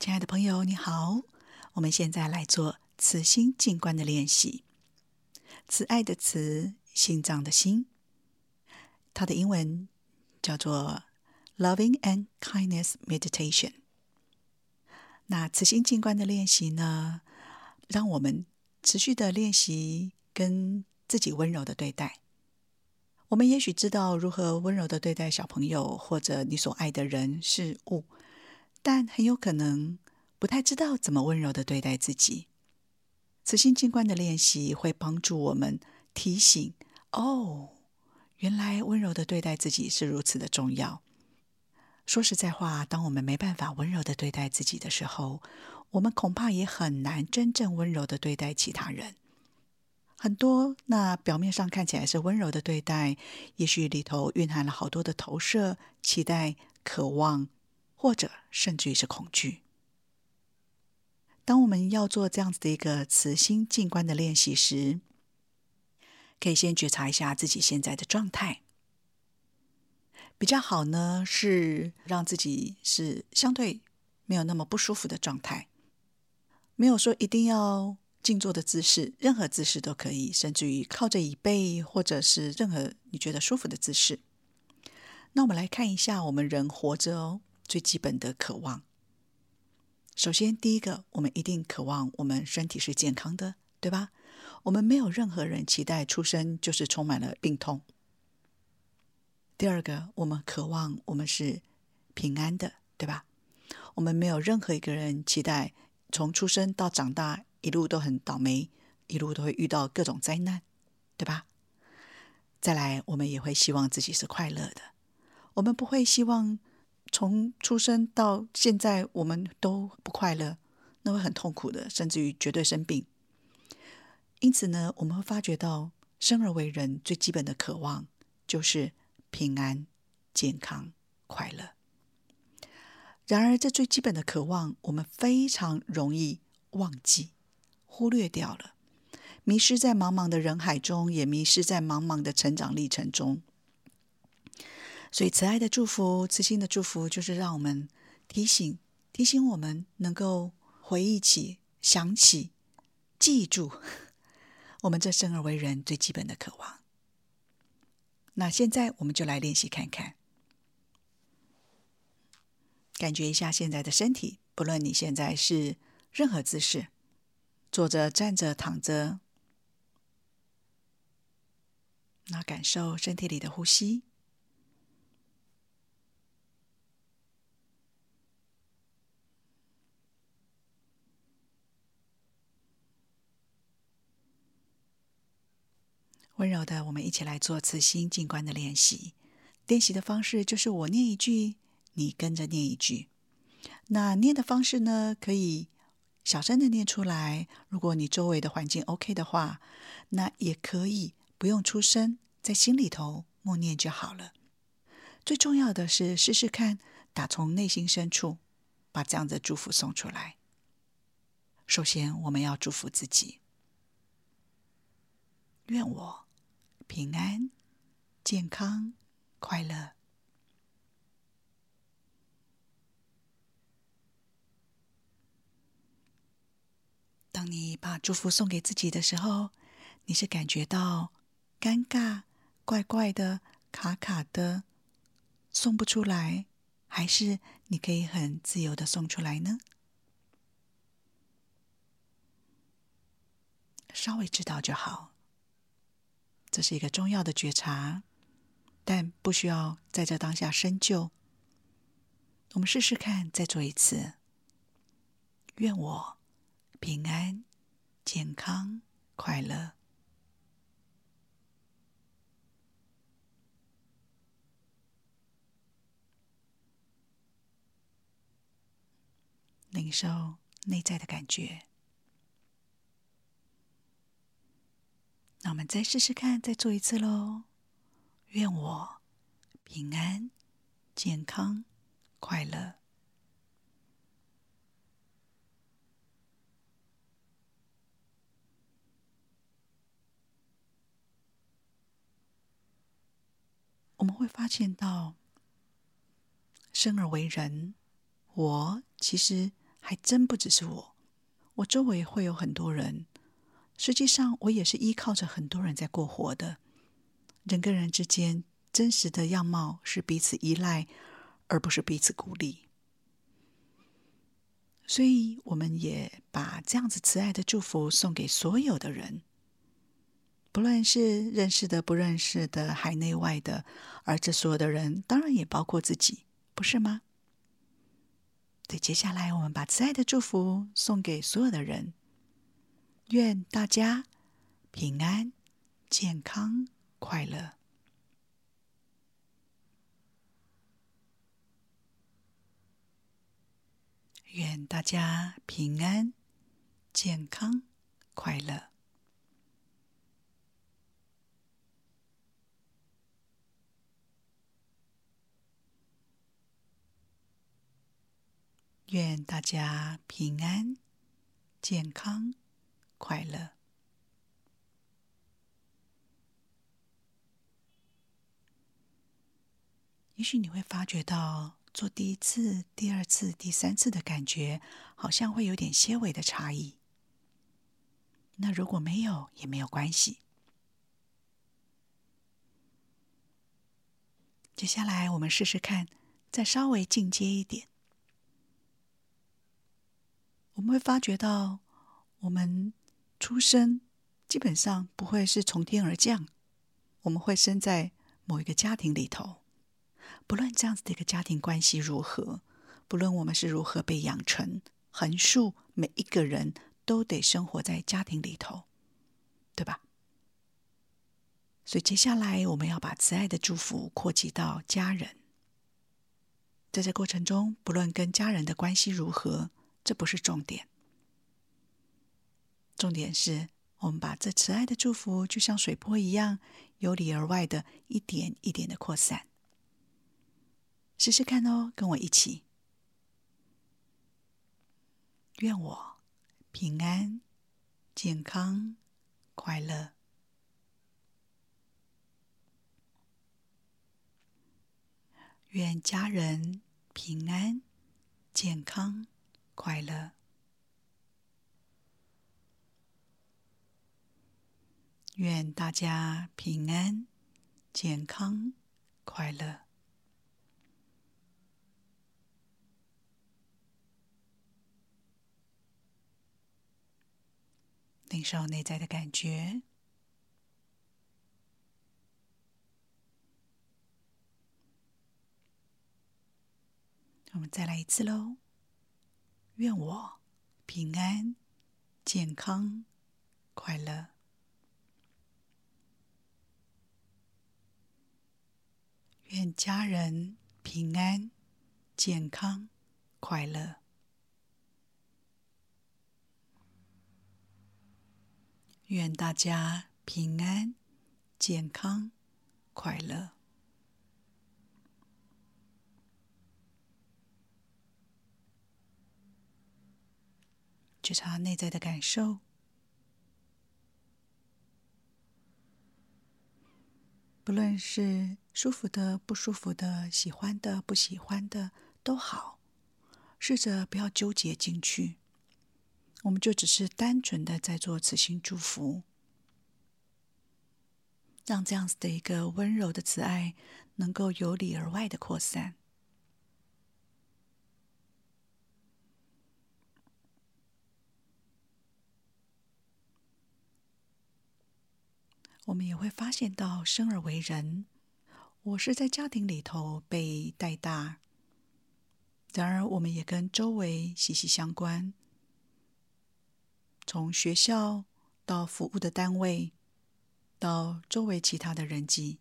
亲爱的朋友，你好，我们现在来做慈心静观的练习。慈爱的慈，心脏的心，它的英文叫做 Loving and Kindness Meditation。那慈心静观的练习呢，让我们持续的练习跟自己温柔的对待。我们也许知道如何温柔的对待小朋友或者你所爱的人事物，但很有可能不太知道怎么温柔的对待自己。慈心静观的练习会帮助我们提醒，原来温柔的对待自己是如此的重要。说实在话，当我们没办法温柔的对待自己的时候，我们恐怕也很难真正温柔的对待其他人。很多那表面上看起来是温柔的对待，也许里头蕴含了好多的投射、期待、渴望，或者甚至于是恐惧。当我们要做这样子的一个慈心静观的练习时，可以先觉察一下自己现在的状态。比较好呢，是让自己是相对没有那么不舒服的状态，没有说一定要静坐的姿势，任何姿势都可以，甚至于靠着椅背，或者是任何你觉得舒服的姿势。那我们来看一下我们人活着最基本的渴望。首先第一个，我们一定渴望我们身体是健康的，对吧？我们没有任何人期待出生就是充满了病痛。第二个，我们渴望我们是平安的，对吧？我们没有任何一个人期待从出生到长大一路都很倒霉，一路都会遇到各种灾难，对吧？再来，我们也会希望自己是快乐的。我们不会希望从出生到现在我们都不快乐，那会很痛苦的，甚至于绝对生病。因此呢，我们会发觉到生而为人最基本的渴望就是平安、健康、快乐。然而这最基本的渴望我们非常容易忘记、忽略掉了，迷失在茫茫的人海中，也迷失在茫茫的成长历程中。所以慈爱的祝福、慈心的祝福，就是让我们提醒我们能够回忆起、想起、记住我们这生而为人最基本的渴望。那现在我们就来练习看看，感觉一下现在的身体，不论你现在是任何姿势，坐着、站着、躺着，那感受身体里的呼吸。温柔的，我们一起来做慈心静观的练习。练习的方式就是我念一句，你跟着念一句。那念的方式呢，可以小声的念出来，如果你周围的环境 OK 的话，那也可以不用出声，在心里头默念就好了。最重要的是试试看，打从内心深处把这样的祝福送出来。首先我们要祝福自己，愿我平安、健康、快乐。当你把祝福送给自己的时候，你是感觉到尴尬、怪怪的、卡卡的，送不出来，还是你可以很自由的送出来呢？稍微知道就好，这是一个重要的觉察，但不需要在这当下深究。我们试试看，再做一次。愿我平安、健康、快乐。领受内在的感觉。那我们再试试看，再做一次咯。愿我平安、健康、快乐。我们会发现到，生而为人，我其实还真不只是我周围会有很多人，实际上我也是依靠着很多人在过活的。人跟人之间真实的样貌是彼此依赖，而不是彼此孤立。所以我们也把这样子慈爱的祝福送给所有的人，不论是认识的不认识的，海内外的，而这所有的人当然也包括自己，不是吗？对，接下来我们把慈爱的祝福送给所有的人，愿大家平安、健康、快乐。愿大家平安、健康、快乐。愿大家平安、健康、快乐。也许你会发觉到，做第一次、第二次、第三次的感觉，好像会有点些微的差异。那如果没有，也没有关系。接下来我们试试看，再稍微进阶一点。我们会发觉到，我们出生基本上不会是从天而降，我们会生在某一个家庭里头。不论这样子的一个家庭关系如何，不论我们是如何被养成，横竖每一个人都得生活在家庭里头，对吧？所以接下来我们要把慈爱的祝福扩及到家人。在这过程中，不论跟家人的关系如何，这不是重点。重点是我们把这慈爱的祝福就像水波一样，由里而外的一点一点的扩散。试试看哦，跟我一起。愿我平安、健康、快乐。愿家人平安、健康、快乐。愿大家平安、健康、快乐。领受内在的感觉。我们再来一次喽。愿我平安、健康、快乐。愿家人平安、健康、快乐。愿大家平安、健康、快乐。觉察内在的感受，不论是舒服的、不舒服的、喜欢的、不喜欢的，都好。试着不要纠结进去，我们就只是单纯的在做慈心祝福，让这样子的一个温柔的慈爱能够由里而外的扩散。我们也会发现到，生而为人，我是在家庭里头被带大，然而我们也跟周围息息相关，从学校到服务的单位，到周围其他的人际，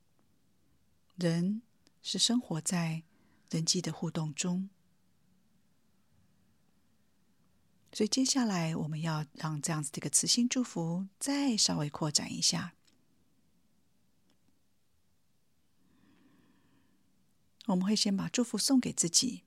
人是生活在人际的互动中。所以接下来我们要让这样子的一个慈心祝福再稍微扩展一下。我们会先把祝福送给自己，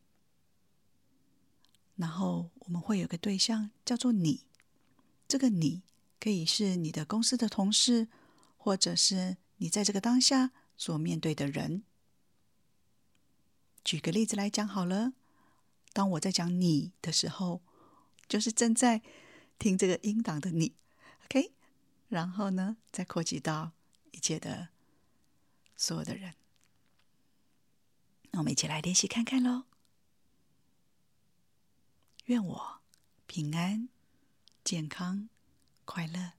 然后我们会有个对象叫做你。这个你可以是你的公司的同事，或者是你在这个当下所面对的人。举个例子来讲好了， 当我在讲你的时候，就是正在听这个音档的你 ，OK？ 然后呢，再扩及到一切的所有的人。那我们一起来练习看看咯。愿我平安、健康、快乐。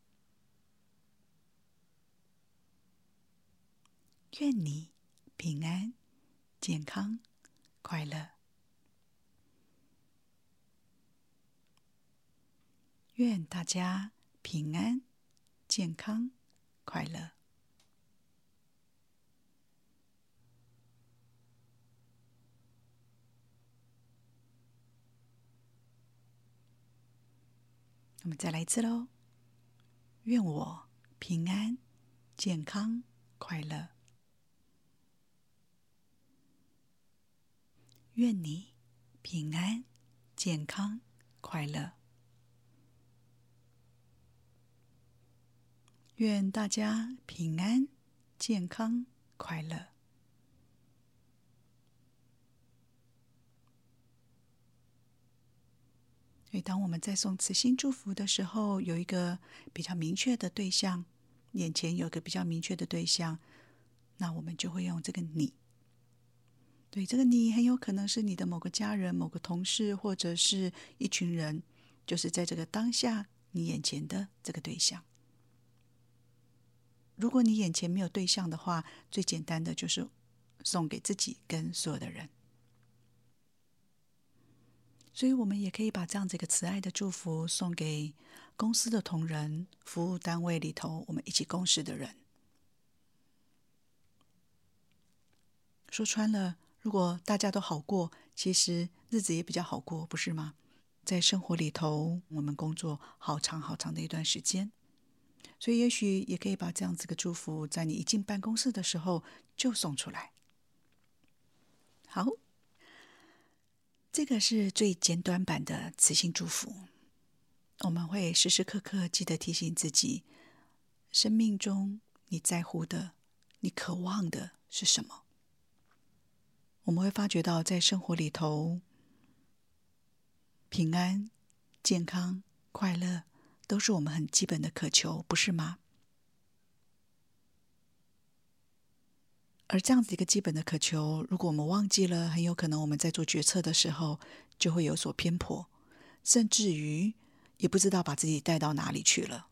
愿你平安、健康、快乐。愿大家平安、健康、快乐。我们再来一次咯。愿我平安、健康、快乐。愿你平安、健康、快乐。愿大家平安、健康、快乐。所以当我们在送慈心祝福的时候，有一个比较明确的对象，眼前有一个比较明确的对象，那我们就会用这个你。对，这个你很有可能是你的某个家人、某个同事，或者是一群人，就是在这个当下你眼前的这个对象。如果你眼前没有对象的话，最简单的就是送给自己跟所有的人。所以我们也可以把这样子一个慈爱的祝福送给公司的同仁、服务单位里头我们一起共事的人。说穿了，如果大家都好过，其实日子也比较好过，不是吗？在生活里头，我们工作好长好长的一段时间，所以也许也可以把这样子的祝福在你一进办公室的时候就送出来。好，这个是最简短版的慈心祝福。我们会时时刻刻记得提醒自己，生命中你在乎的、你渴望的是什么。我们会发觉到在生活里头，平安、健康、快乐都是我们很基本的渴求，不是吗？而这样子一个基本的渴求，如果我们忘记了，很有可能我们在做决策的时候就会有所偏颇，甚至于也不知道把自己带到哪里去了。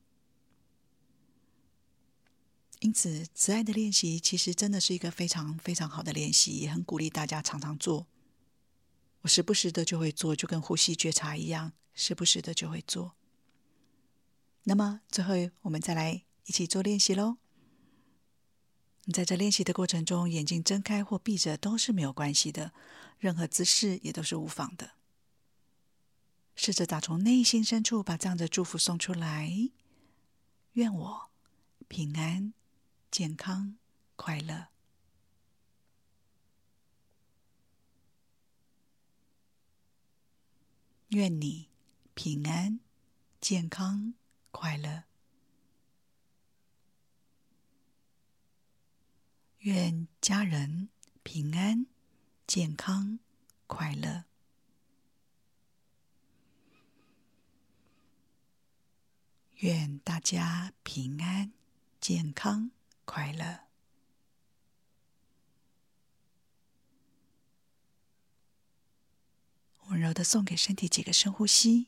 因此，慈爱的练习其实真的是一个非常非常好的练习，也很鼓励大家常常做。我时不时的就会做，就跟呼吸觉察一样，时不时的就会做。那么最后我们再来一起做练习咯。在这练习的过程中，眼睛睁开或闭着都是没有关系的，任何姿势也都是无妨的。试着打从内心深处把这样的祝福送出来。愿我平安、健康、快乐。愿你平安、健康、快乐。愿家人平安、健康、快乐。愿大家平安、健康、快乐。温柔的送给身体几个深呼吸。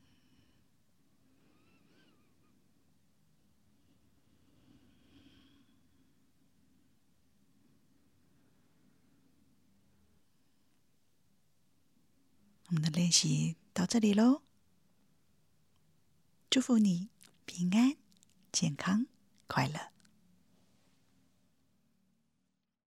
我们的练习到这里咯，祝福你平安、健康、快乐。